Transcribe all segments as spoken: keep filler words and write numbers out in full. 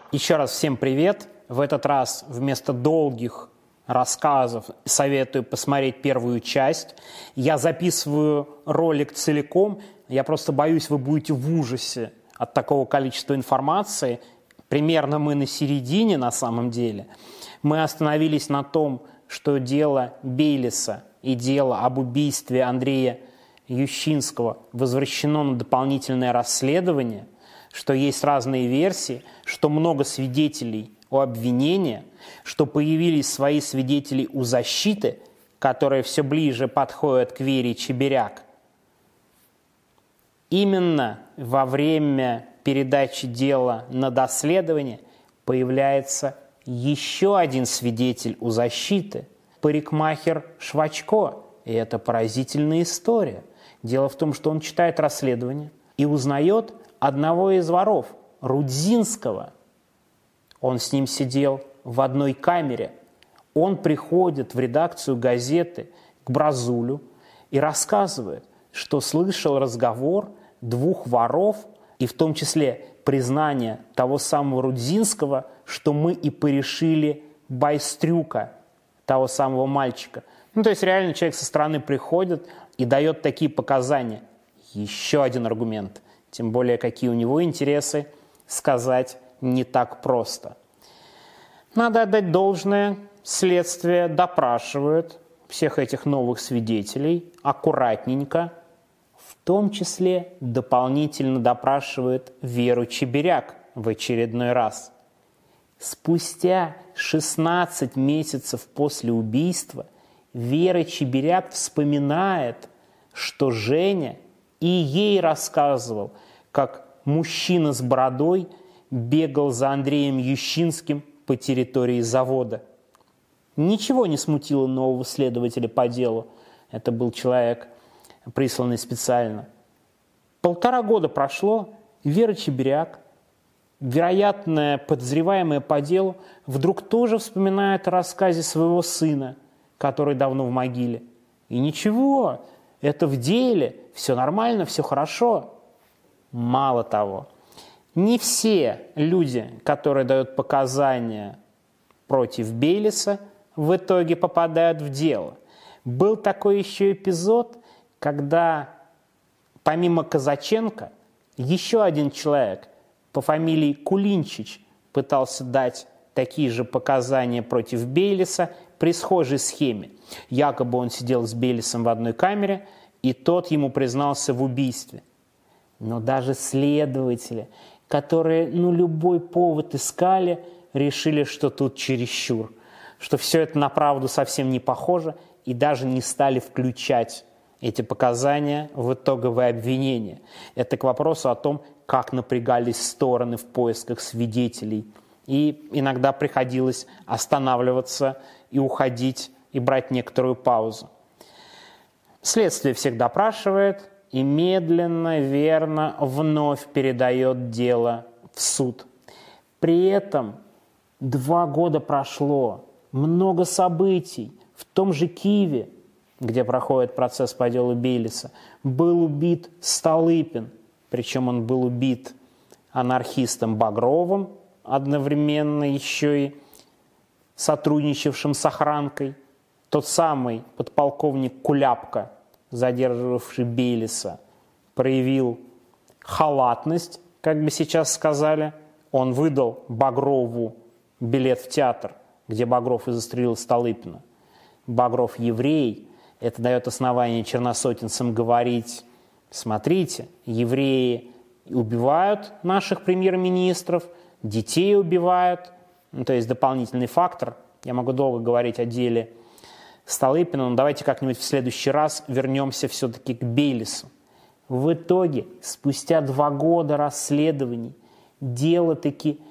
Еще раз всем привет. В этот раз вместо долгих рассказов советую посмотреть первую часть. Я записываю ролик целиком. Я просто боюсь, вы будете в ужасе от такого количества информации. Примерно мы на середине на самом деле. Мы остановились на том, что дело Бейлиса и дело об убийстве Андрея Ющинского возвращено на дополнительное расследование, что есть разные версии, что много свидетелей у обвинения, что появились свои свидетели у защиты, которые все ближе подходят к Вере Чеберяк. Именно во время передачи дела на доследование появляется еще один свидетель у защиты – парикмахер Швачко. И это поразительная история. Дело в том, что он читает расследование и узнает одного из воров, Рудзинского. Он с ним сидел в одной камере. Он приходит в редакцию газеты к Бразулю и рассказывает, что слышал разговор двух воров, и в том числе признание того самого Рудзинского, что мы и порешили Байстрюка, того самого мальчика. Ну, то есть реально человек со стороны приходит и дает такие показания. Еще один аргумент. Тем более, какие у него интересы, сказать не так просто. Надо отдать должное. Следствие допрашивает всех этих новых свидетелей аккуратненько. В том числе дополнительно допрашивает Веру Чеберяк в очередной раз. Спустя шестнадцать месяцев после убийства Вера Чеберяк вспоминает, что Женя и ей рассказывал, как мужчина с бородой бегал за Андреем Ющинским по территории завода. Ничего не смутило нового следователя по делу. Это был человек, присланный специально. Полтора года прошло, Вера Чеберяк, вероятная подозреваемая по делу, вдруг тоже вспоминает о рассказе своего сына, который давно в могиле. И ничего, это в деле, все нормально, все хорошо. Мало того, не все люди, которые дают показания против Бейлиса, в итоге попадают в дело. Был такой еще эпизод, когда помимо Казаченко еще один человек по фамилии Кулинчич пытался дать такие же показания против Бейлиса при схожей схеме. Якобы он сидел с Бейлисом в одной камере, и тот ему признался в убийстве. Но даже следователи, которые ну, любой повод искали, решили, что тут чересчур, что все это на правду совсем не похоже, и даже не стали включать эти показания в итоговое обвинение. Это к вопросу о том, как напрягались стороны в поисках свидетелей. И иногда приходилось останавливаться и уходить, и брать некоторую паузу. Следствие всех допрашивает и медленно, верно, вновь передает дело в суд. При этом два года прошло, много событий. В том же Киеве, где проходит процесс по делу Бейлиса, был убит Столыпин. Причем он был убит анархистом Багровым, одновременно еще и сотрудничавшим с охранкой. Тот самый подполковник Куляпка, задерживавший Бейлиса, проявил халатность, как бы сейчас сказали. Он выдал Багрову билет в театр, где Багров и застрелил Столыпина. Багров еврей. Это дает основание черносотенцам говорить: смотрите, евреи убивают наших премьер-министров, детей убивают. Ну, то есть дополнительный фактор. Я могу долго говорить о деле Столыпина, но давайте как-нибудь в следующий раз вернемся все-таки к Бейлису. В итоге, спустя два года расследований, дело таки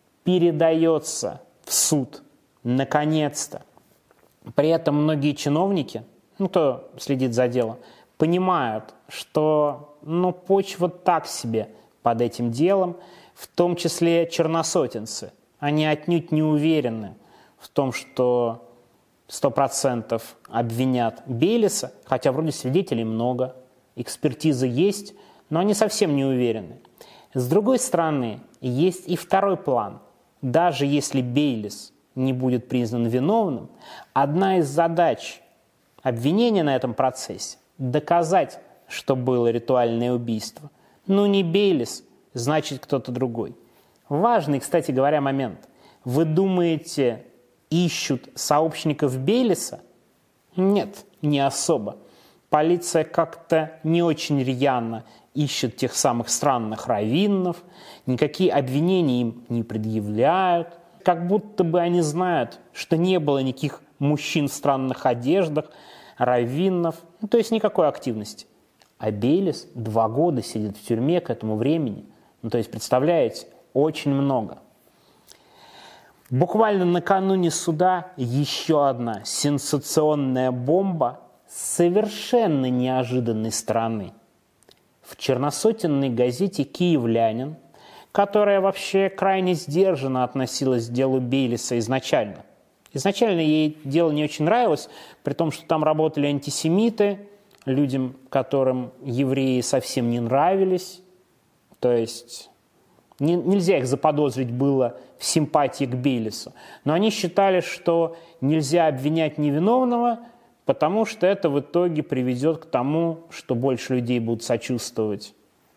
передается в суд. Наконец-то. При этом многие чиновники, ну, кто следит за делом, понимают, что ну, почва так себе под этим делом, в том числе черносотенцы. Они отнюдь не уверены в том, что сто процентов обвинят Бейлиса, хотя вроде свидетелей много, экспертиза есть, но они совсем не уверены. С другой стороны, есть и второй план. даже если Бейлис не будет признан виновным, одна из задач обвинения на этом процессе – доказать, что было ритуальное убийство. Ну не Бейлис, значит кто-то другой. Важный, кстати говоря, момент. Вы думаете, ищут сообщников Бейлиса? Нет, не особо. Полиция как-то не очень рьяно ищет тех самых странных раввинов, никакие обвинения им не предъявляют, как будто бы они знают, что не было никаких мужчин в странных одеждах, раввинов, ну, то есть никакой активности. А Бейлис два года сидит в тюрьме к этому времени. Ну, то есть, представляете, очень много. Буквально накануне суда еще одна сенсационная бомба совершенно неожиданной стороны. В черносотенной газете «Киевлянин», которая вообще крайне сдержанно относилась к делу Бейлиса изначально. Изначально ей дело не очень нравилось, при том, что там работали антисемиты, людям, которым евреи совсем не нравились. То есть не, нельзя их заподозрить было в симпатии к Бейлису. Но они считали, что нельзя обвинять невиновного, потому что это в итоге приведет к тому, что больше людей будут сочувствовать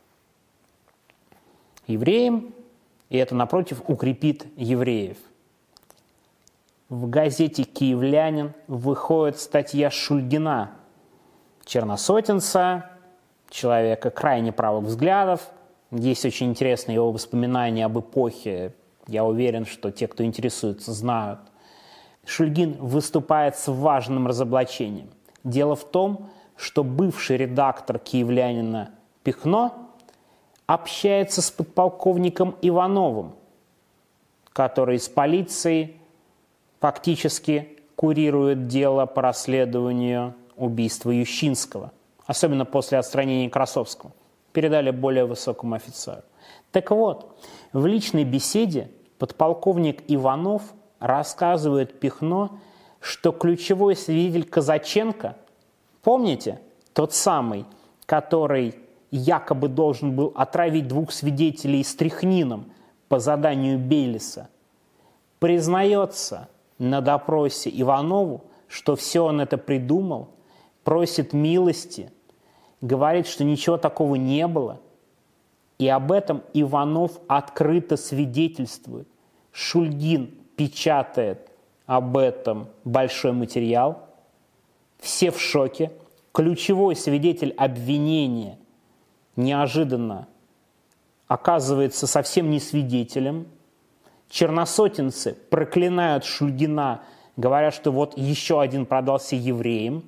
евреям, и это, напротив, укрепит евреев. В газете «Киевлянин» выходит статья Шульгина, черносотенца, человека крайне правых взглядов. Есть очень интересные его воспоминания об эпохе. Я уверен, что те, кто интересуется, знают. Шульгин выступает с важным разоблачением. Дело в том, что бывший редактор «Киевлянина» Пихно общается с подполковником Ивановым, который из полиции фактически курирует дело по расследованию убийства Ющинского, особенно после отстранения Красовского. Передали более высокому офицеру. Так вот, в личной беседе подполковник Иванов рассказывает Пихно, что ключевой свидетель Казаченко, помните, тот самый, который якобы должен был отравить двух свидетелей стрихнином по заданию Бейлиса, признается на допросе Иванову, что все он это придумал, просит милости, говорит, что ничего такого не было. И об этом Иванов открыто свидетельствует. Шульгин печатает об этом большой материал. Все в шоке. Ключевой свидетель обвинения неожиданно оказывается совсем не свидетелем. Черносотенцы проклинают Шульгина, говоря, что вот еще один продался евреям.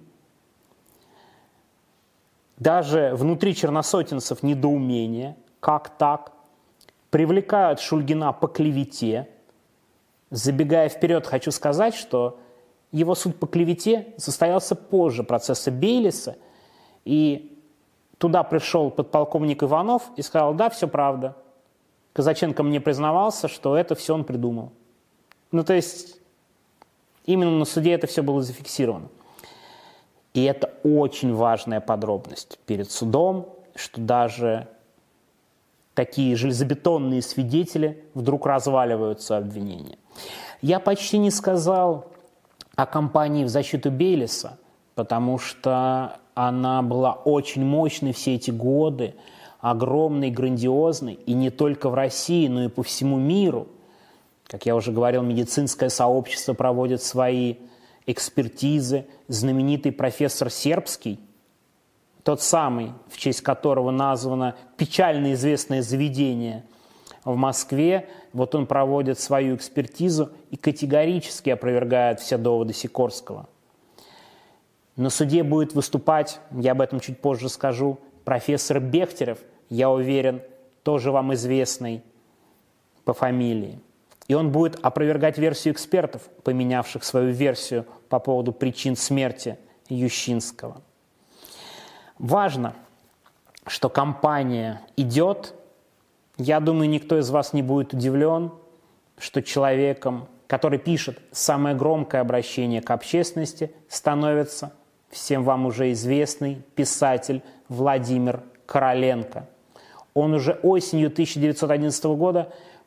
Даже внутри черносотенцев недоумение. Как так? Привлекают Шульгина по клевете. Забегая вперед, хочу сказать, что его суд по клевете состоялся позже процесса Бейлиса. И туда пришел подполковник Иванов и сказал: да, все правда. Казаченко мне признавался, что это все он придумал. Ну, то есть, именно на суде это все было зафиксировано. И это очень важная подробность перед судом, что даже такие железобетонные свидетели вдруг разваливаются обвинения. Я почти не сказал о кампании в защиту Бейлиса, потому что она была очень мощной все эти годы, огромной, грандиозной, и не только в России, но и по всему миру. Как я уже говорил, медицинское сообщество проводит свои экспертизы. Знаменитый профессор Сербский, тот самый, в честь которого названо печально известное заведение в Москве, вот он проводит свою экспертизу и категорически опровергает все доводы Сикорского. На суде будет выступать, я об этом чуть позже скажу, профессор Бехтерев, я уверен, тоже вам известный по фамилии. И он будет опровергать версию экспертов, поменявших свою версию по поводу причин смерти Ющинского. Важно, что кампания идет. Я думаю, никто из вас не будет удивлен, что человеком, который пишет самое громкое обращение к общественности, становится всем вам уже известный писатель Владимир Короленко. Он уже осенью тысяча девятьсот одиннадцатого года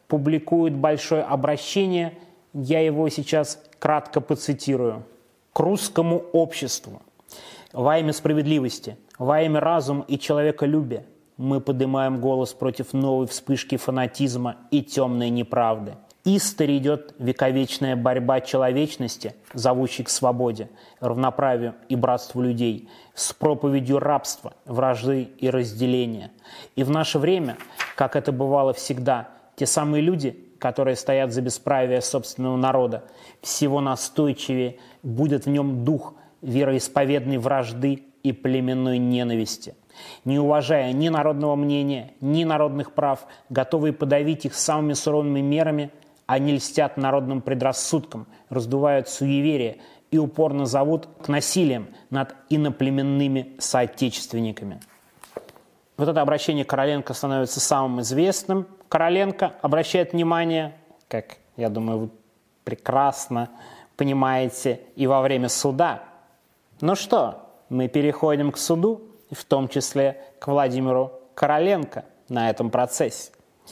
публикует большое обращение, я его сейчас кратко процитирую. «К русскому обществу. Во имя справедливости, во имя разума и человеколюбия мы поднимаем голос против новой вспышки фанатизма и темной неправды. Истори идет вековечная борьба человечности, зовущей к свободе, равноправию и братству людей, с проповедью рабства, вражды и разделения. И в наше время, как это бывало всегда, те самые люди, которые стоят за бесправие собственного народа, всего настойчивее будет в нем дух вероисповедной вражды и племенной ненависти. Не уважая ни народного мнения, ни народных прав, готовые подавить их самыми суровыми мерами, они льстят народным предрассудкам, раздувают суеверия и упорно зовут к насилиям над иноплеменными соотечественниками». Вот это обращение Короленко становится самым известным. Короленко обращает внимание, как, я думаю, вы прекрасно понимаете, и во время суда. Ну что, мы переходим к суду, в том числе к Владимиру Короленко на этом процессе.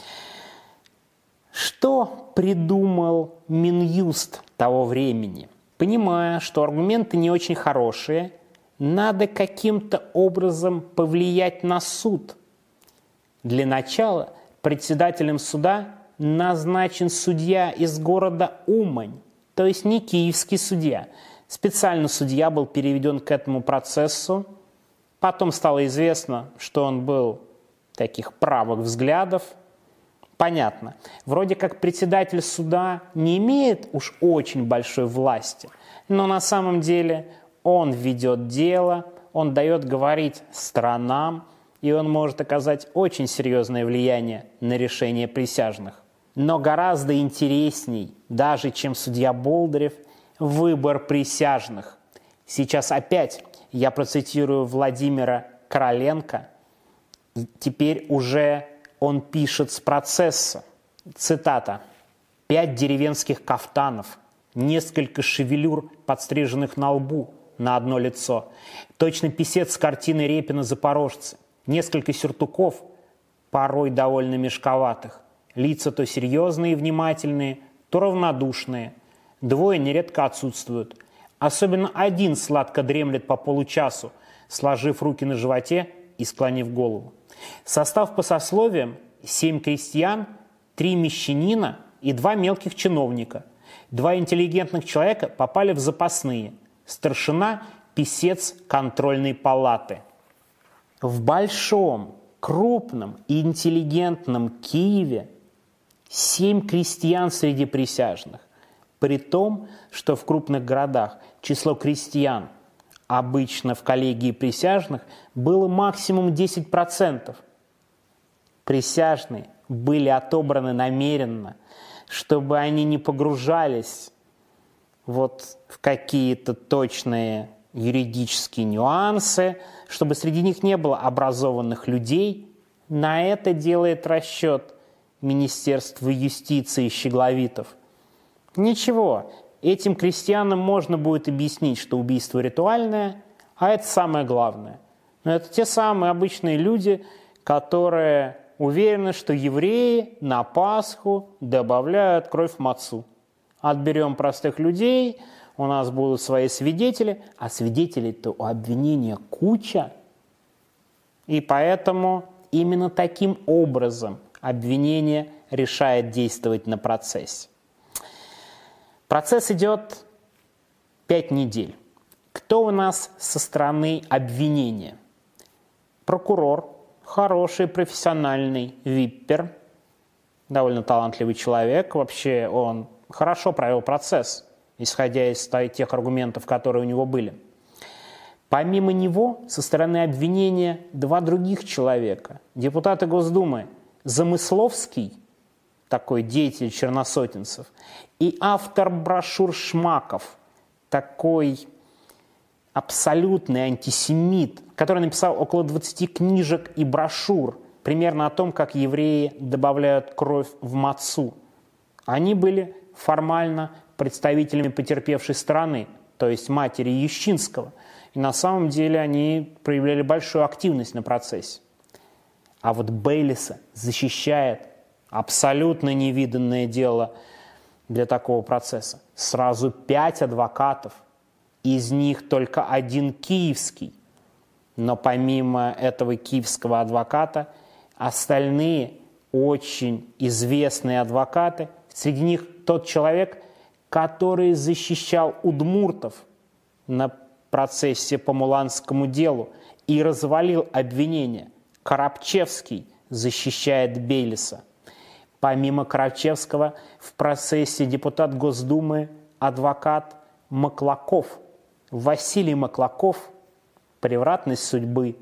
Что придумал Минюст того времени? Понимая, что аргументы не очень хорошие, надо каким-то образом повлиять на суд. Для начала председателем суда назначен судья из города Умань, то есть не киевский судья. Специально судья был переведен к этому процессу. Потом стало известно, что он был таких правых взглядов. Понятно. Вроде как председатель суда не имеет уж очень большой власти, но на самом деле он ведет дело, он дает говорить сторонам, и он может оказать очень серьезное влияние на решение присяжных. Но гораздо интересней, даже чем судья Болдырев, выбор присяжных. Сейчас опять я процитирую Владимира Короленко. Теперь уже он пишет с процесса. Цитата. «Пять деревенских кафтанов, несколько шевелюр, подстриженных на лбу, на одно лицо, точно писец с картины Репина «Запорожцы», несколько сюртуков, порой довольно мешковатых, лица то серьезные и внимательные, то равнодушные, двое нередко отсутствуют, особенно один сладко дремлет по получасу, сложив руки на животе и склонив голову. Состав по сословиям – семь крестьян, три мещанина и два мелких чиновника. Два интеллигентных человека попали в запасные – старшина, писец контрольной палаты. В большом, крупном и интеллигентном Киеве семь крестьян среди присяжных, при том, что в крупных городах число крестьян обычно в коллегии присяжных было максимум десять процентов. Присяжные были отобраны намеренно, чтобы они не погружались вот в какие-то точные юридические нюансы, чтобы среди них не было образованных людей. На это делает расчет Министерство юстиции Щегловитов. Ничего, этим крестьянам можно будет объяснить, что убийство ритуальное, а это самое главное. Но это те самые обычные люди, которые уверены, что евреи на Пасху добавляют кровь мацу. Отберем простых людей, у нас будут свои свидетели, а свидетелей-то у обвинения куча. И поэтому именно таким образом обвинение решает действовать на процессе. Процесс идет пять недель. Кто у нас со стороны обвинения? Прокурор, хороший, профессиональный виппер, довольно талантливый человек. Вообще он хорошо провел процесс, исходя из тех аргументов, которые у него были. Помимо него, со стороны обвинения два других человека. Депутаты Госдумы Замысловский, такой деятель черносотенцев, и автор брошюр Шмаков, такой абсолютный антисемит, который написал около двадцати книжек и брошюр, примерно о том, как евреи добавляют кровь в мацу. Они были формально представителями потерпевшей стороны, то есть матери Ющинского. И на самом деле они проявляли большую активность на процессе. А вот Бейлиса защищает Абсолютно невиданное дело для такого процесса. Сразу пять адвокатов, из них только один киевский. Но помимо этого киевского адвоката, остальные очень известные адвокаты, среди них тот человек, который защищал удмуртов на процессе по Муланскому делу и развалил обвинение. Коробчевский защищает Бейлиса. Помимо Коробчевского в процессе депутат Госдумы адвокат Маклаков, Василий Маклаков, превратность судьбы,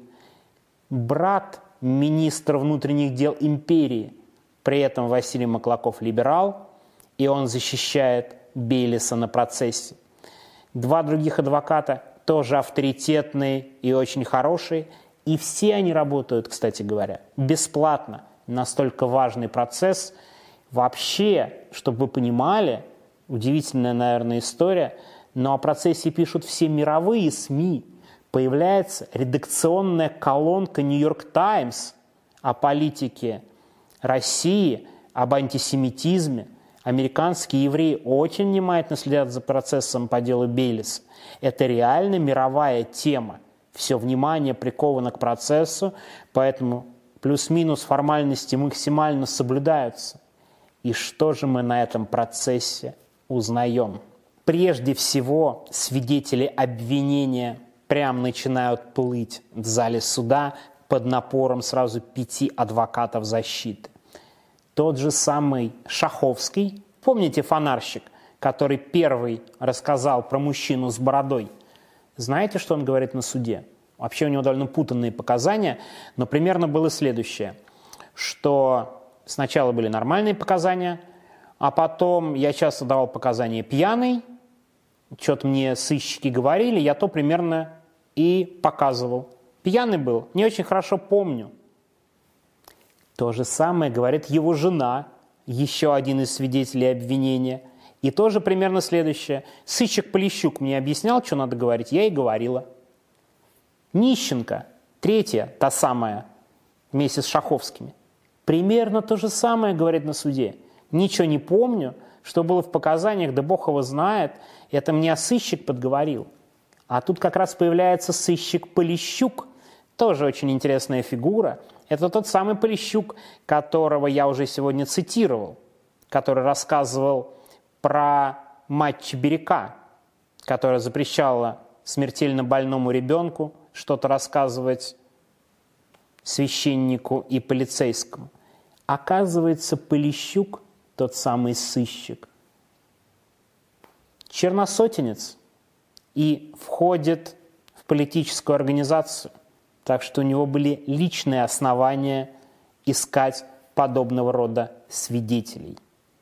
брат министра внутренних дел империи. При этом Василий Маклаков либерал, и он защищает Бейлиса на процессе. Два других адвоката тоже авторитетные и очень хорошие, и все они работают, кстати говоря, бесплатно. Настолько важный процесс. Вообще, чтобы вы понимали, удивительная, наверное, история, но о процессе пишут все мировые СМИ. Появляется редакционная колонка «Нью-Йорк Таймс» о политике России, об антисемитизме. Американские евреи очень внимательно следят за процессом по делу Бейлиса. Это реально мировая тема. Все внимание приковано к процессу, поэтому плюс-минус формальности максимально соблюдаются. И что же мы на этом процессе узнаем? Прежде всего, свидетели обвинения прям начинают плыть в зале суда под напором сразу пяти адвокатов защиты. Тот же самый Шаховский, помните фонарщик, который первый рассказал про мужчину с бородой? Знаете, что он говорит на суде? Вообще у него довольно путанные показания, но примерно было следующее, что сначала были нормальные показания, а потом я часто давал показания пьяный, что-то мне сыщики говорили, я то примерно и показывал. Пьяный был, не очень хорошо помню. То же самое говорит его жена, еще один из свидетелей обвинения. И тоже примерно следующее. Сыщик Полищук мне объяснял, что надо говорить, я и говорила. Нищенко, третья, та самая, вместе с Шаховскими, примерно то же самое говорит на суде. Ничего не помню, что было в показаниях, да бог его знает, это мне сыщик подговорил. А тут как раз появляется сыщик Полищук, тоже очень интересная фигура. Это тот самый Полищук, которого я уже сегодня цитировал, который рассказывал про мать Чебиряка, которая запрещала смертельно больному ребенку что-то рассказывать священнику и полицейскому. Оказывается, Полищук, тот самый сыщик, черносотенец и входит в политическую организацию. Так что у него были личные основания искать подобного рода свидетелей.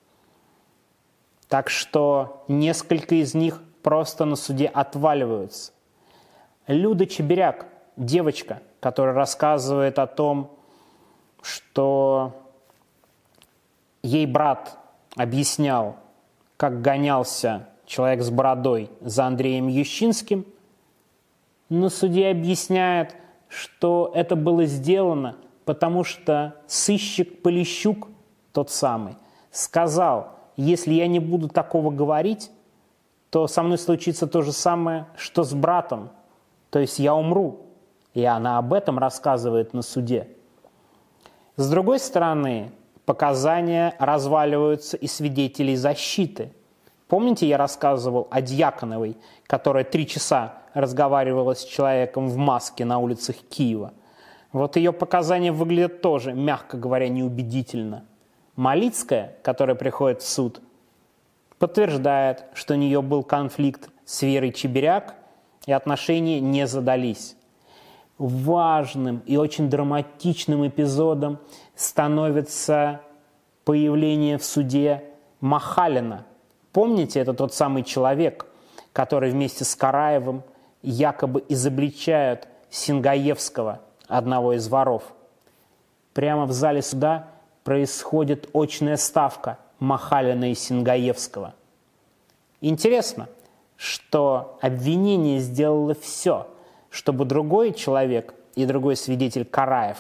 Так что несколько из них просто на суде отваливаются. Люда Чебиряк, девочка, которая рассказывает о том, что ей брат объяснял, как гонялся человек с бородой за Андреем Ющинским, на суде объясняет, что это было сделано, потому что сыщик Полищук, тот самый, сказал, если я не буду такого говорить, то со мной случится то же самое, что с братом, то есть я умру. И она об этом рассказывает на суде. С другой стороны, показания разваливаются и свидетелей защиты. Помните, я рассказывал о Дьяконовой, которая три часа разговаривала с человеком в маске на улицах Киева? Вот ее показания выглядят тоже, мягко говоря, неубедительно. Малицкая, которая приходит в суд, подтверждает, что у нее был конфликт с Верой Чебиряк, и отношения не задались. Важным и очень драматичным эпизодом становится появление в суде Махалина. Помните, это тот самый человек, который вместе с Караевым якобы изобличают Сингаевского, одного из воров. Прямо в зале суда происходит очная ставка Махалина и Сингаевского. Интересно, что обвинение сделало все, чтобы другой человек и другой свидетель Караев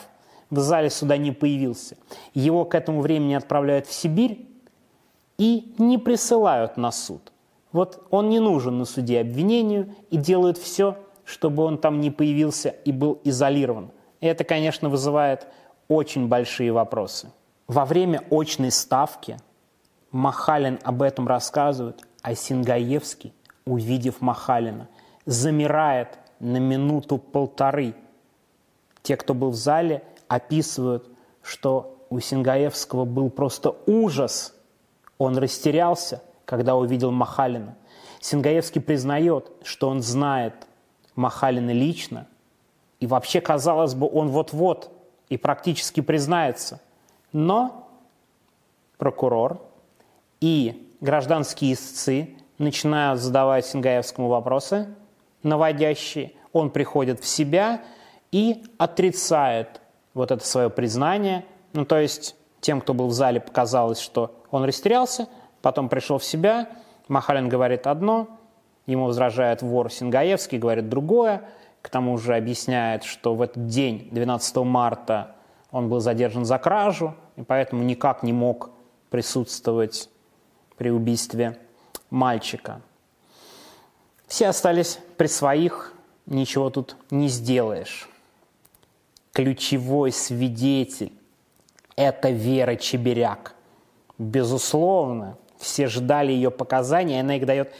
в зале суда не появился. Его к этому времени отправляют в Сибирь и не присылают на суд. Вот он не нужен на суде обвинению и делают все, чтобы он там не появился и был изолирован. И это, конечно, вызывает очень большие вопросы. Во время очной ставки Махалин об этом рассказывает, а Сингаевский, увидев Махалина, замирает на минуту-полторы. Те, кто был в зале, описывают, что у Сингаевского был просто ужас. Он растерялся, когда увидел Махалина. Сингаевский признает, что он знает Махалина лично, и вообще, казалось бы, он вот-вот и практически признается. Но прокурор и гражданские истцы начинают задавать Сингаевскому вопросы наводящие. Он приходит в себя и отрицает вот это свое признание. Ну, то есть тем, кто был в зале, показалось, что он растерялся, потом пришел в себя. Махалин говорит одно, ему возражает вор Сингаевский, говорит другое. К тому же объясняет, что в этот день, двенадцатого марта, он был задержан за кражу, и поэтому никак не мог присутствовать при убийстве мальчика. Все остались при своих, ничего тут не сделаешь. Ключевой свидетель – это Вера Чеберяк. Безусловно, все ждали ее показаний, она их дает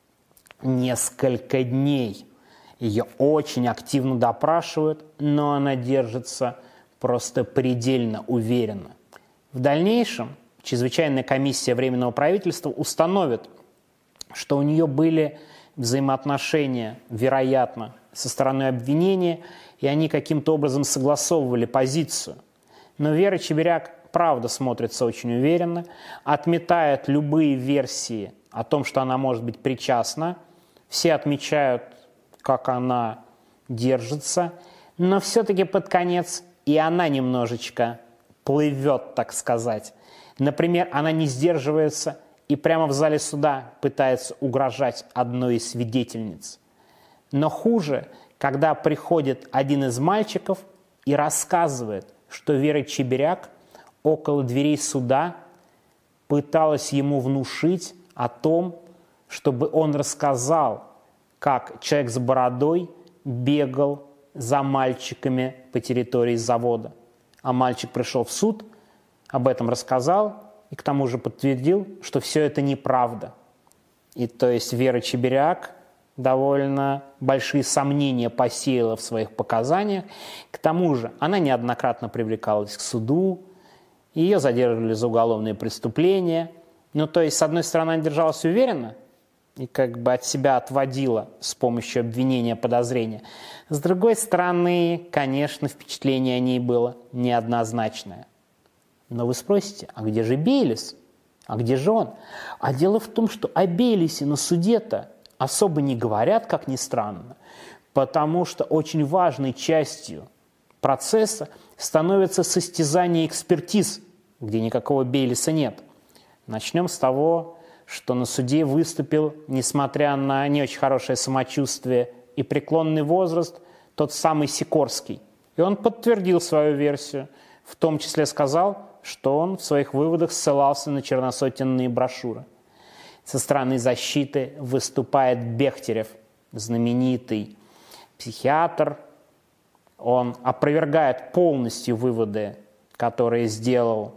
несколько дней. Ее очень активно допрашивают, но она держится просто предельно уверенно. В дальнейшем чрезвычайная комиссия Временного правительства установит, что у нее были взаимоотношения, вероятно, со стороны обвинения, и они каким-то образом согласовывали позицию. Но Вера Чеберяк, правда, смотрится очень уверенно, отметает любые версии о том, что она может быть причастна. Все отмечают, как она держится, но все-таки под конец и она немножечко плывет, так сказать. Например, она не сдерживается и прямо в зале суда пытается угрожать одной из свидетельниц. Но хуже, когда приходит один из мальчиков и рассказывает, что Вера Чеберяк около дверей суда пыталась ему внушить о том, чтобы он рассказал, как человек с бородой бегал за мальчиками по территории завода. А мальчик пришел в суд, об этом рассказал и к тому же подтвердил, что все это неправда. И то есть Вера Чеберяк довольно большие сомнения посеяла в своих показаниях. К тому же она неоднократно привлекалась к суду, ее задерживали за уголовные преступления. Ну, то есть, с одной стороны, она держалась уверенно и как бы от себя отводила с помощью обвинения подозрения. С другой стороны, конечно, впечатление о ней было неоднозначное. Но вы спросите, а где же Бейлис? А где же он? А дело в том, что о Бейлисе на суде-то особо не говорят, как ни странно, потому что очень важной частью процесса становится состязание экспертиз, где никакого Бейлиса нет. Начнем с того, что на суде выступил, несмотря на не очень хорошее самочувствие и преклонный возраст, тот самый Сикорский. И он подтвердил свою версию, в том числе сказал, что он в своих выводах ссылался на черносотенные брошюры. Со стороны защиты выступает Бехтерев, знаменитый психиатр. Он опровергает полностью выводы, которые сделал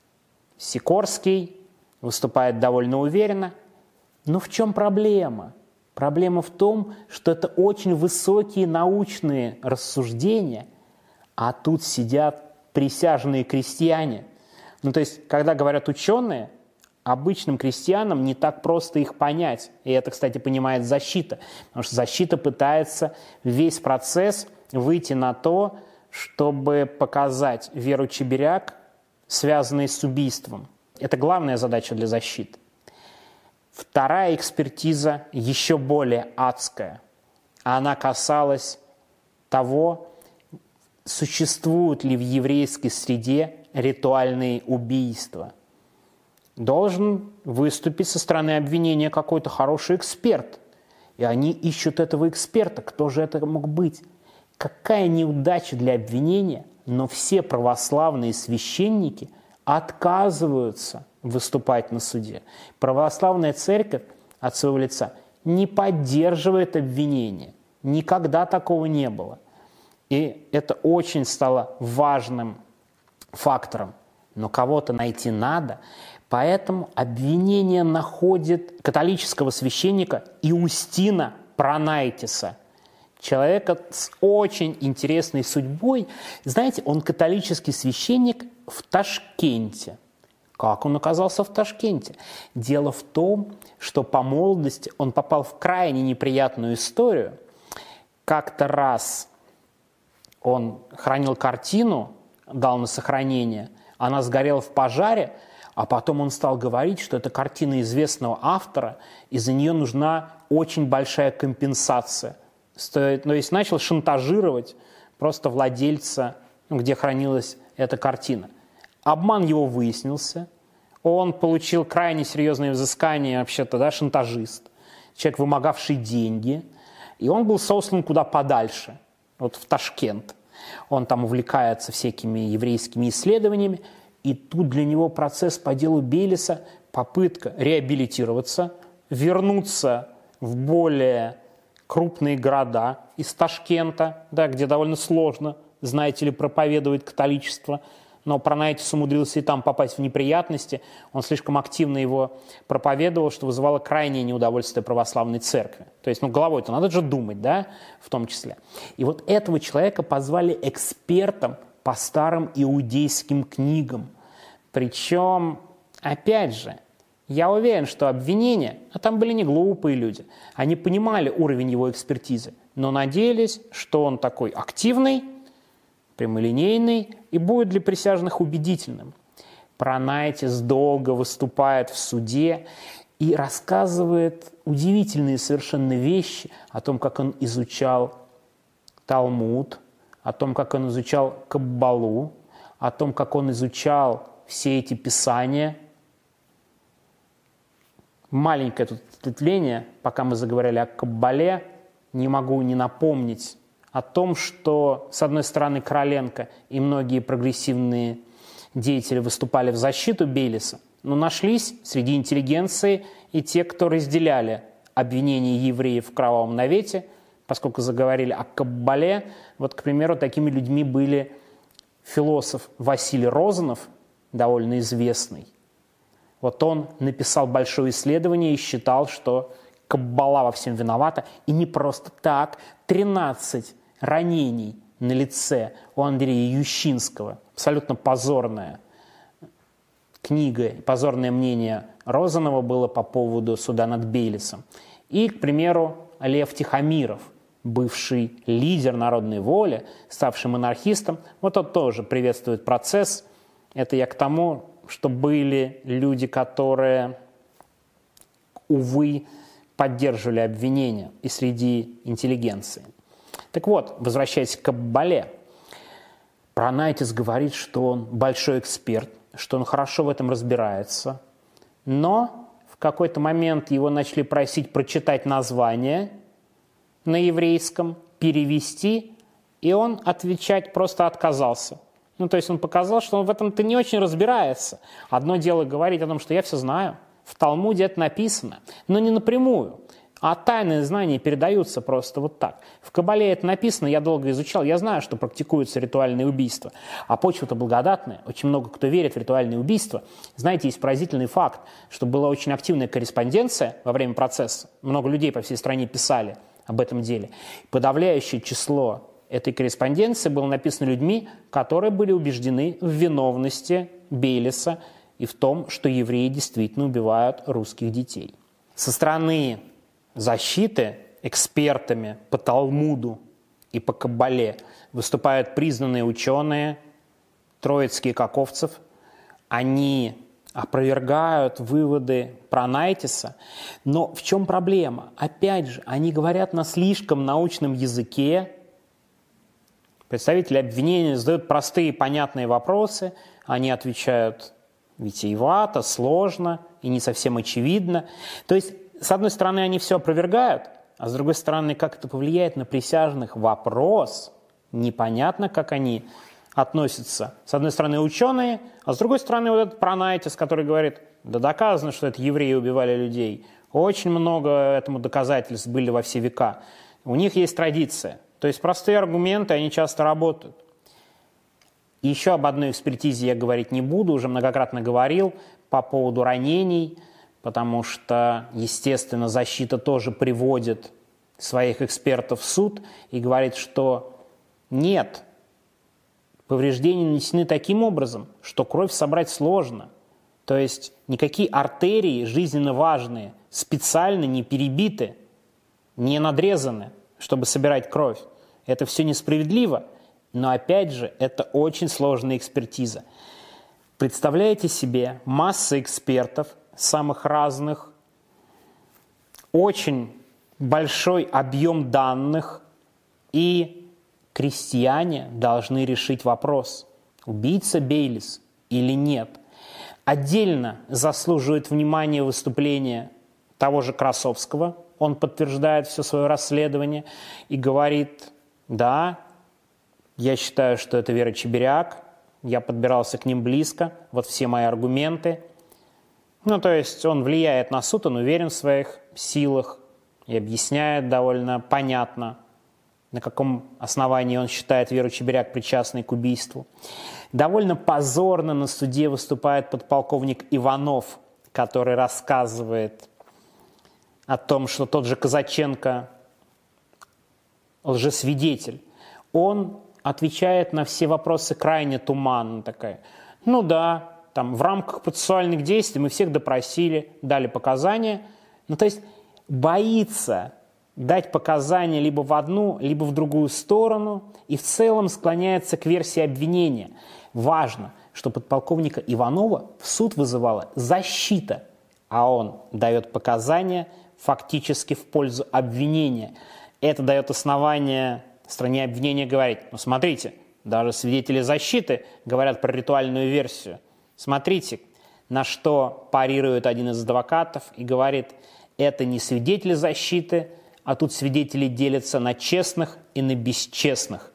Сикорский, выступает довольно уверенно. Но в чем проблема? Проблема в том, что это очень высокие научные рассуждения, а тут сидят присяжные крестьяне. Ну, то есть, когда говорят ученые, обычным крестьянам не так просто их понять. И это, кстати, понимает защита. Потому что защита пытается весь процесс выйти на то, чтобы показать Веру Чеберяк, связанной с убийством. Это главная задача для защиты. Вторая экспертиза еще более адская. Она касалась того, существуют ли в еврейской среде ритуальные убийства. Должен выступить со стороны обвинения какой-то хороший эксперт. И они ищут этого эксперта. Кто же это мог быть? Какая неудача для обвинения но все православные священники отказываются выступать на суде. Православная церковь от своего лица не поддерживает обвинения. Никогда такого не было. И это очень стало важным фактором. Но кого-то найти надо, поэтому обвинение находит католического священника Иустина Пронайтиса, человека с очень интересной судьбой. Знаете, он католический священник в Ташкенте. Как он оказался в Ташкенте? Дело в том, что по молодости он попал в крайне неприятную историю. Как-то раз он хранил картину, дал на сохранение, она сгорела в пожаре, а потом он стал говорить, что это картина известного автора, и за нее нужна очень большая компенсация. Стоит, ну, есть начал шантажировать просто владельца, ну, где хранилась эта картина. Обман его выяснился, он получил крайне серьезное взыскание, вообще-то, да, шантажист, человек, вымогавший деньги, и он был сослан куда подальше, вот в Ташкент. Он там увлекается всякими еврейскими исследованиями, и тут для него процесс по делу Бейлиса, попытка реабилитироваться, вернуться в более крупные города из Ташкента, да, где довольно сложно, знаете ли, проповедовать католичество, но Пронайтис умудрился и там попасть в неприятности. Он слишком активно его проповедовал, что вызывало крайнее неудовольствие православной церкви. То есть, ну, головой-то надо же думать, да, в том числе. И вот этого человека позвали экспертом по старым иудейским книгам. Причем, опять же, я уверен, что обвинения, а там были не глупые люди, они понимали уровень его экспертизы, но надеялись, что он такой активный, прямолинейный и будет для присяжных убедительным. Пронайтис долго выступает в суде и рассказывает удивительные совершенно вещи о том, как он изучал Талмуд, о том, как он изучал Каббалу, о том, как он изучал все эти писания. Маленькое тут ответвление, пока мы заговорили о Каббале, не могу не напомнить о том, что, с одной стороны, Короленко и многие прогрессивные деятели выступали в защиту Бейлиса, но нашлись среди интеллигенции и те, кто разделяли обвинения евреев в кровавом навете, поскольку заговорили о Каббале. Вот, к примеру, такими людьми были философ Василий Розанов, довольно известный. Вот он написал большое исследование и считал, что Каббала во всем виновата, и не просто так. тринадцать ранений на лице у Андрея Ющинского. Абсолютно позорная книга, позорное мнение Розанова было по поводу суда над Бейлисом. И, к примеру, Лев Тихомиров, бывший лидер народной воли, ставший монархистом, вот он тоже приветствует процесс. Это я к тому, что были люди, которые, увы, поддерживали обвинения и среди интеллигенции. Так вот, возвращаясь к Каббале, Пронайтис говорит, что он большой эксперт, что он хорошо в этом разбирается, но в какой-то момент его начали просить прочитать название на еврейском, перевести, и он отвечать просто отказался. Ну, то есть он показал, что он в этом-то не очень разбирается. Одно дело говорить о том, что я все знаю, в Талмуде это написано, но не напрямую. А тайные знания передаются просто вот так. В Каббале это написано, я долго изучал, я знаю, что практикуются ритуальные убийства. А почва-то благодатная, очень много кто верит в ритуальные убийства. Знаете, есть поразительный факт, что была очень активная корреспонденция во время процесса. Много людей по всей стране писали об этом деле. Подавляющее число этой корреспонденции было написано людьми, которые были убеждены в виновности Бейлиса и в том, что евреи действительно убивают русских детей. Со стороны защиты экспертами по Талмуду и по Каббале выступают признанные ученые, троицкие Каковцев. Они опровергают выводы Пронайтиса. Но в чем проблема? Опять же, они говорят на слишком научном языке. Представители обвинения задают простые понятные вопросы, они отвечают витиевато, сложно и не совсем очевидно. То есть, с одной стороны, они все опровергают, а с другой стороны, как это повлияет на присяжных? Вопрос. Непонятно, как они относятся, с одной стороны, ученые, а с другой стороны, вот этот Пронайтис, который говорит, да доказано, что это евреи убивали людей. Очень много этому доказательств были во все века. У них есть традиция. То есть простые аргументы, они часто работают. И еще об одной экспертизе я говорить не буду, уже многократно говорил по поводу ранений, потому что, естественно, защита тоже приводит своих экспертов в суд и говорит, что нет, повреждения нанесены таким образом, что кровь собрать сложно. То есть никакие артерии жизненно важные специально не перебиты, не надрезаны, чтобы собирать кровь. Это все несправедливо, но опять же, это очень сложная экспертиза. Представляете себе, масса экспертов самых разных, очень большой объем данных, и крестьяне должны решить вопрос, убийца Бейлис или нет. Отдельно заслуживает внимания выступление того же Красовского. Он подтверждает все свое расследование и говорит, да, я считаю, что это Вера Чеберяк, я подбирался к ним близко, вот все мои аргументы. Ну, то есть он влияет на суд, он уверен в своих силах и объясняет довольно понятно, на каком основании он считает Веру Чеберяк причастной к убийству. Довольно позорно на суде выступает подполковник Иванов, который рассказывает о том, что тот же Казаченко лжесвидетель. Он отвечает на все вопросы крайне туманно. Такая. Ну да, там в рамках процессуальных действий мы всех допросили, дали показания. Ну то есть боится дать показания либо в одну, либо в другую сторону и в целом склоняется к версии обвинения. Важно, что подполковника Иванова в суд вызывала защита, а он дает показания фактически в пользу обвинения. Это дает основание стороне обвинения говорить, ну смотрите, даже свидетели защиты говорят про ритуальную версию. Смотрите, на что парирует один из адвокатов и говорит, это не свидетели защиты, а тут свидетели делятся на честных и на бесчестных.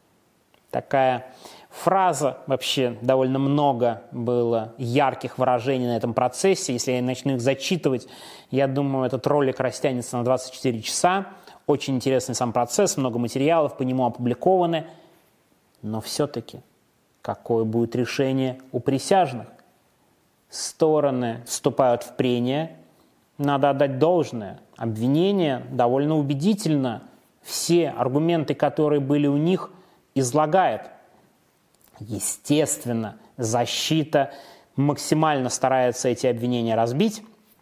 Такая фраза, вообще довольно много было ярких выражений на этом процессе. Если я начну их зачитывать, я думаю, этот ролик растянется на двадцать четыре часа. Очень интересный сам процесс, много материалов по нему опубликованы. Но все-таки какое будет решение у присяжных? Стороны вступают в прения, надо отдать должное. Обвинение довольно убедительно все аргументы, которые были у них, излагает. Естественно, защита максимально старается эти обвинения разбить.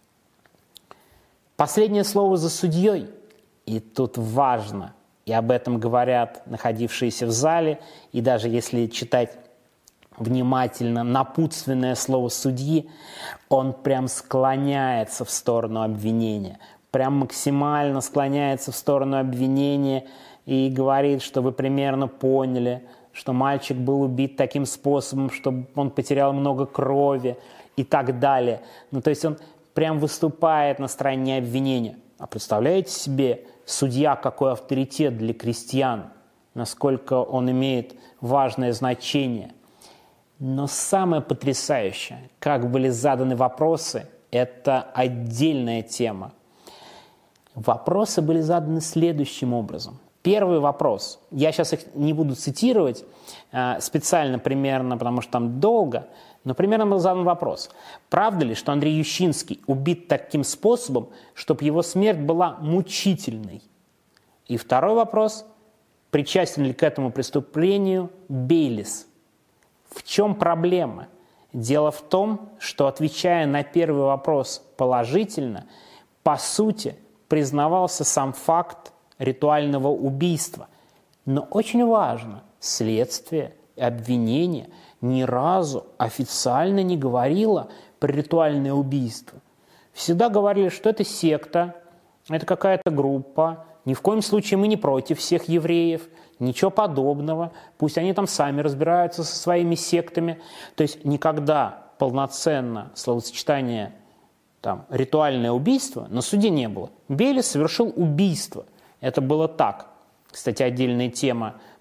Последнее слово за судьей. И тут важно, и об этом говорят находившиеся в зале, и даже если читать внимательно напутственное слово судьи, он прям склоняется в сторону обвинения, прям максимально склоняется в сторону обвинения и говорит, что вы примерно поняли, что мальчик был убит таким способом, что он потерял много крови и так далее. Ну, то есть он прям выступает на стороне обвинения. А представляете себе, судья какой авторитет для крестьян, насколько он имеет важное значение. Но самое потрясающее, как были заданы вопросы, это отдельная тема. Вопросы были заданы следующим образом. Первый вопрос, я сейчас их не буду цитировать э, специально примерно, потому что там долго, но примерно был задан вопрос. Правда ли, что Андрей Ющинский убит таким способом, чтобы его смерть была мучительной? И второй вопрос, причастен ли к этому преступлению Бейлис? В чем проблема? Дело в том, что, отвечая на первый вопрос положительно, по сути, признавался сам факт ритуального убийства. Но очень важно, следствие и обвинение ни разу официально не говорило про ритуальное убийство. Всегда говорили, что это секта, это какая-то группа, ни в коем случае мы не против всех евреев, ничего подобного, пусть они там сами разбираются со своими сектами. То есть никогда полноценно словосочетание там, ритуальное убийство на суде не было. Бейлис совершил убийство. Это было так. Кстати, отдельная тема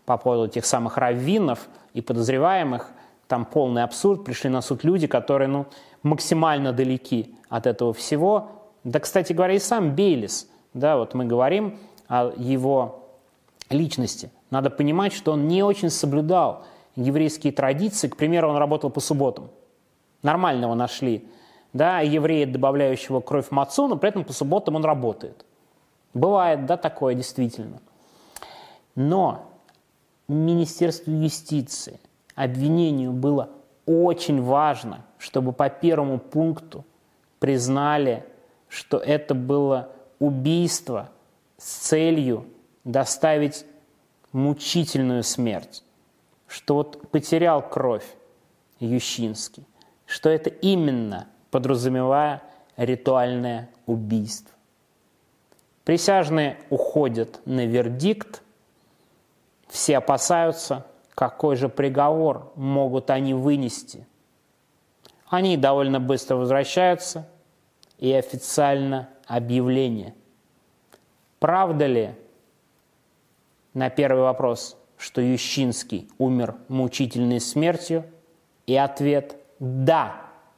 по поводу тех самых раввинов и подозреваемых. Там полный абсурд, пришли на суд люди, которые ну, максимально далеки от этого всего. Да, кстати говоря, и сам Бейлис, да, вот мы говорим о его личности. Надо понимать, что он не очень соблюдал еврейские традиции. К примеру, он работал по субботам. Нормально его нашли. Да, еврея, добавляющего кровь в мацу, но при этом по субботам он работает. Бывает, да, такое действительно. Но Министерству юстиции обвинению было очень важно, чтобы по первому пункту признали, что это было убийство с целью доставить мучительную смерть, что вот потерял кровь Ющинский, что это именно подразумевая ритуальное убийство. Присяжные уходят на вердикт, все опасаются, какой же приговор могут они вынести. Они довольно быстро возвращаются, и официально объявление. Правда ли, на первый вопрос, что Ющинский умер мучительной смертью? И ответ – да.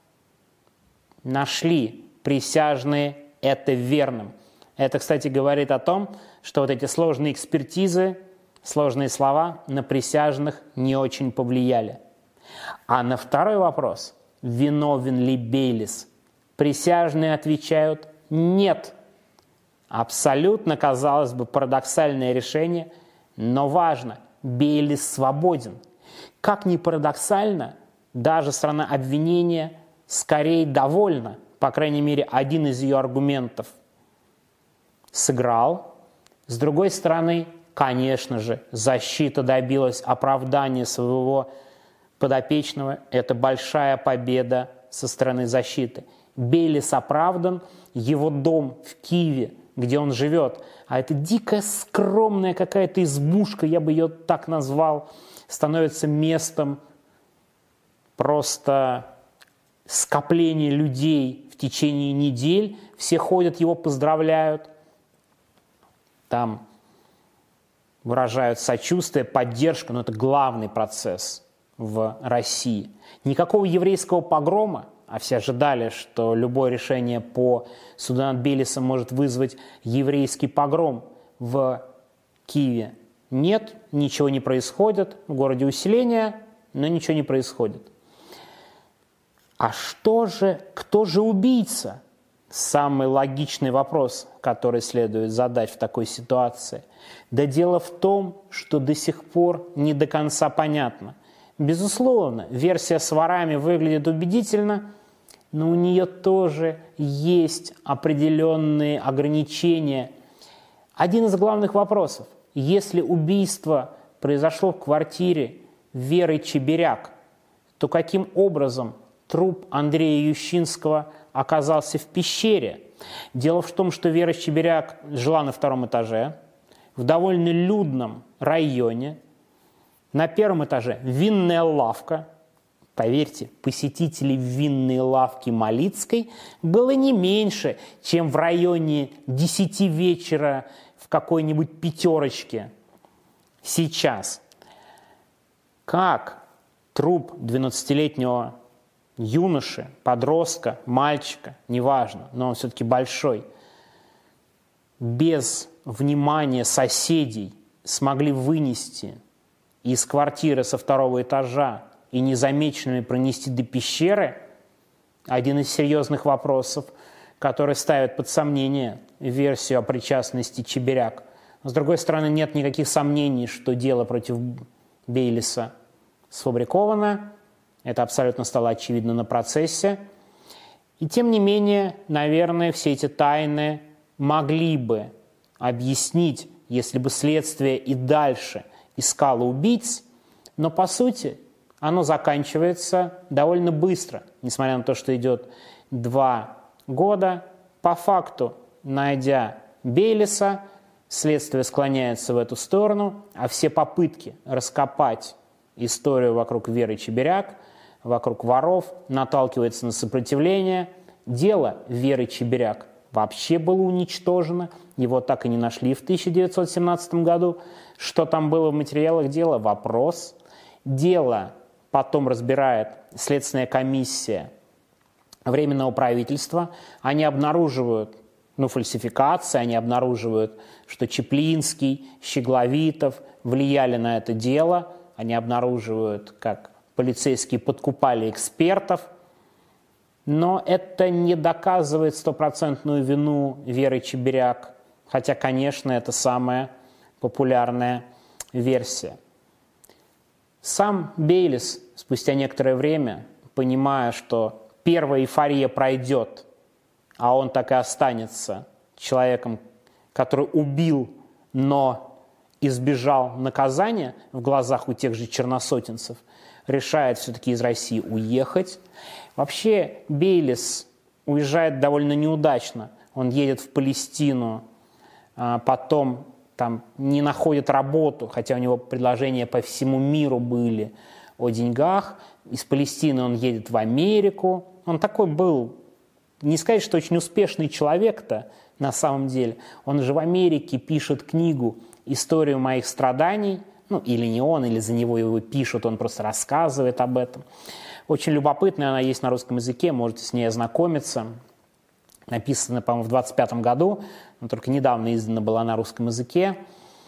Нашли присяжные это верным. Это, кстати, говорит о том, что вот эти сложные экспертизы, сложные слова на присяжных не очень повлияли. А на второй вопрос, виновен ли Бейлис, присяжные отвечают «нет». Абсолютно, казалось бы, парадоксальное решение, но важно, Бейлис свободен. Как ни парадоксально, даже сторона обвинения скорее довольна, по крайней мере, один из ее аргументов сыграл. С другой стороны, конечно же, защита добилась оправдания своего подопечного. Это большая победа со стороны защиты. Бейлис оправдан, его дом в Киеве, где он живет, а это дикая скромная какая-то избушка, я бы ее так назвал, становится местом просто скопления людей в течение недель. Все ходят, его поздравляют. Там выражают сочувствие, поддержку, но это главный процесс в России. Никакого еврейского погрома, а все ожидали, что любое решение по суду над Бейлисом может вызвать еврейский погром в Киеве. Нет, ничего не происходит. В городе усиление, но ничего не происходит. А что же, кто же убийца? Самый логичный вопрос, который следует задать в такой ситуации. Да дело в том, что до сих пор не до конца понятно. Безусловно, версия с ворами выглядит убедительно, но у нее тоже есть определенные ограничения. Один из главных вопросов. Если убийство произошло в квартире Веры Чеберяк, то каким образом труп Андрея Ющинского оказался в пещере? Дело в том, что Вера Чеберяк жила на втором этаже, в довольно людном районе. На первом этаже винная лавка. Поверьте, посетителей винной лавки Малицкой было не меньше, чем в районе десяти вечера в какой-нибудь пятерочке сейчас. Как труп двенадцатилетнего юноши, подростка, мальчика, неважно, но он все-таки большой, без внимания соседей смогли вынести из квартиры со второго этажа и незамеченными пронести до пещеры, один из серьезных вопросов, который ставит под сомнение версию о причастности Чеберяк. С другой стороны, нет никаких сомнений, что дело против Бейлиса сфабриковано. Это абсолютно стало очевидно на процессе. И тем не менее, наверное, все эти тайны могли бы объяснить, если бы следствие и дальше искало убийц, но по сути оно заканчивается довольно быстро, несмотря на то, что идет два года. По факту, найдя Бейлиса, следствие склоняется в эту сторону, а все попытки раскопать историю вокруг Веры Чеберяк, вокруг воров, наталкивается на сопротивление. Дело Веры Чеберяк вообще было уничтожено, Его так и не нашли в тысяча девятьсот семнадцатом году. Что там было в материалах дела? Вопрос. Дело потом разбирает Следственная комиссия Временного правительства. Они обнаруживают ну, фальсификации, они обнаруживают, что Чеплинский, Щегловитов влияли на это дело. Они обнаруживают, как полицейские подкупали экспертов. Но это не доказывает стопроцентную вину Веры Чеберяк. Хотя, конечно, это самая популярная версия. Сам Бейлис спустя некоторое время, понимая, что первая эйфория пройдет, а он так и останется человеком, который убил, но избежал наказания в глазах у тех же черносотенцев, решает все-таки из России уехать. Вообще Бейлис уезжает довольно неудачно. Он едет в Палестину, потом там не находит работу, хотя у него предложения по всему миру были о деньгах. Из Палестины он едет в Америку. Он такой был, не сказать, что очень успешный человек-то на самом деле. Он же в Америке пишет книгу «Историю моих страданий». Ну, или не он, или за него его пишут, он просто рассказывает об этом. Очень любопытная, она есть на русском языке, можете с ней ознакомиться. Написана, по-моему, в двадцать пятом году, но только недавно издана была на русском языке.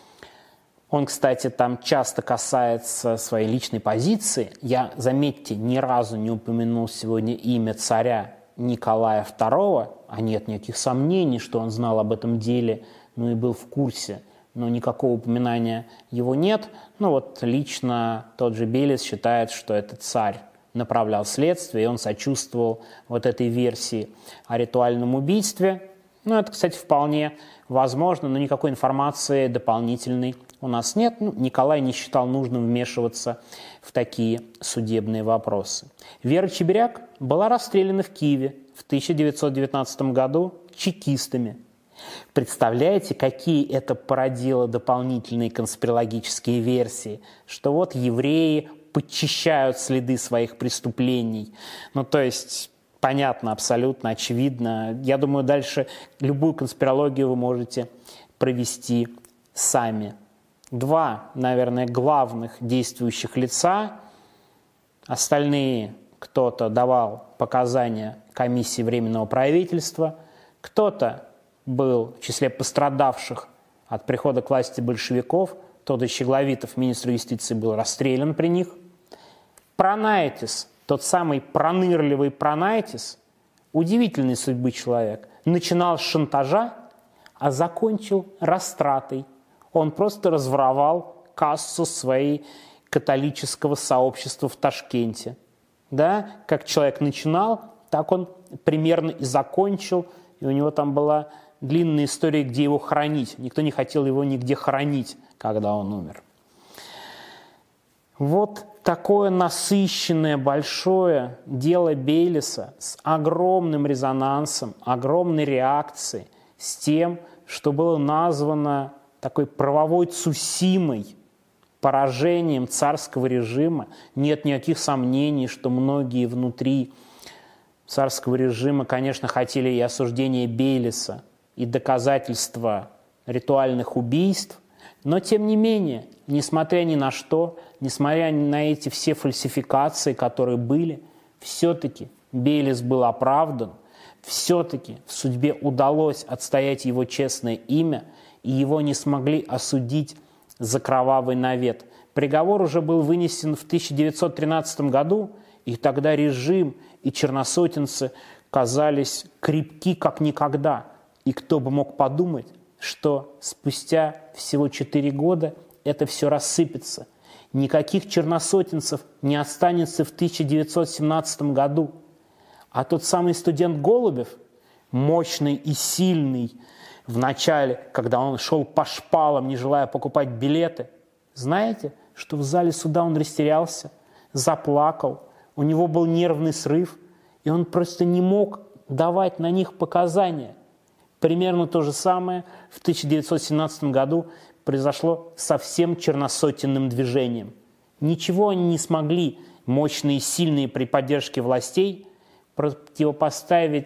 Он, кстати, там часто касается своей личной позиции. Я, заметьте, ни разу не упомянул сегодня имя царя Николая второго, а нет никаких сомнений, что он знал об этом деле, ну и был в курсе. Но никакого упоминания его нет. Ну вот лично тот же Бейлис считает, что этот царь направлял следствие, и он сочувствовал вот этой версии о ритуальном убийстве. Ну, это, кстати, вполне возможно, но никакой информации дополнительной у нас нет. Ну, Николай не считал нужным вмешиваться в такие судебные вопросы. Вера Чеберяк была расстреляна в Киеве в тысяча девятьсот девятнадцатом году чекистами. Представляете, какие это породило дополнительные конспирологические версии, что вот евреи подчищают следы своих преступлений. Ну, то есть, понятно, абсолютно очевидно. Я думаю, дальше любую конспирологию вы можете провести сами. Два, наверное, главных действующих лица. Остальные кто-то давал показания комиссии Временного правительства, кто-то был в числе пострадавших от прихода к власти большевиков. Тот же Щегловитов, министр юстиции, был расстрелян при них. Пронайтис, тот самый пронырливый Пронайтис, удивительной судьбы человек, начинал с шантажа, а закончил растратой. Он просто разворовал кассу своей католического сообщества в Ташкенте. Да? Как человек начинал, так он примерно и закончил, и у него там была длинная история, где его хоронить. Никто не хотел его нигде хоронить, когда он умер. Вот такое насыщенное, большое дело Бейлиса с огромным резонансом, огромной реакцией, с тем, что было названо такой правовой Цусимой, поражением царского режима. Нет никаких сомнений, что многие внутри царского режима, конечно, хотели и осуждения Бейлиса, и доказательства ритуальных убийств, но тем не менее, несмотря ни на что, несмотря на эти все фальсификации, которые были, все-таки Бейлис был оправдан, все-таки в судьбе удалось отстоять его честное имя, и его не смогли осудить за кровавый навет. Приговор уже был вынесен в тысяча девятьсот тринадцатом году, и тогда режим и черносотенцы казались крепки как никогда. И кто бы мог подумать, что спустя всего четыре года это все рассыпется. Никаких черносотенцев не останется в тысяча девятьсот семнадцатом году. А тот самый студент Голубев, мощный и сильный в начале, когда он шел по шпалам, не желая покупать билеты, знаете, что в зале суда он растерялся, заплакал, у него был нервный срыв, и он просто не мог давать на них показания. Примерно то же самое в тысяча девятьсот семнадцатом году произошло со всем черносотенным движением. Ничего они не смогли, мощные и сильные при поддержке властей, противопоставить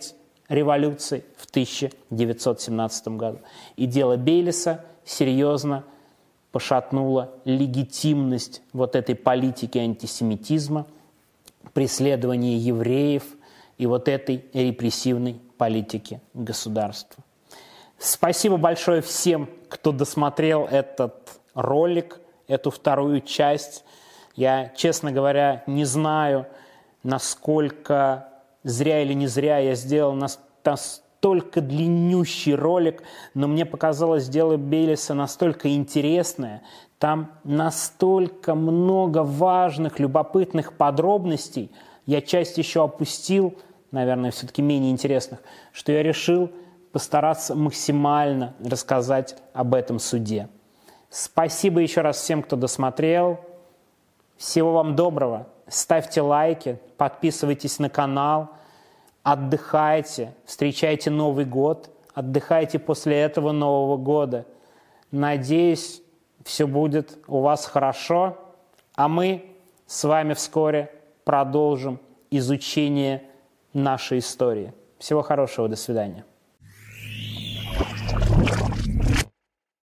революции в тысяча девятьсот семнадцатом году. И дело Бейлиса серьезно пошатнуло легитимность вот этой политики антисемитизма, преследования евреев и вот этой репрессивной политики государства. Спасибо большое всем, кто досмотрел этот ролик, эту вторую часть. Я, честно говоря, не знаю, насколько зря или не зря я сделал настолько длиннющий ролик, но мне показалось дело Бейлиса настолько интересное, там настолько много важных, любопытных подробностей, я часть еще опустил, наверное, все-таки менее интересных, что я решил постараться максимально рассказать об этом суде. Спасибо еще раз всем, кто досмотрел. Всего вам доброго. Ставьте лайки, подписывайтесь на канал, отдыхайте, встречайте Новый год, отдыхайте после этого Нового года. Надеюсь, все будет у вас хорошо, а мы с вами вскоре продолжим изучение нашей истории. Всего хорошего, до свидания.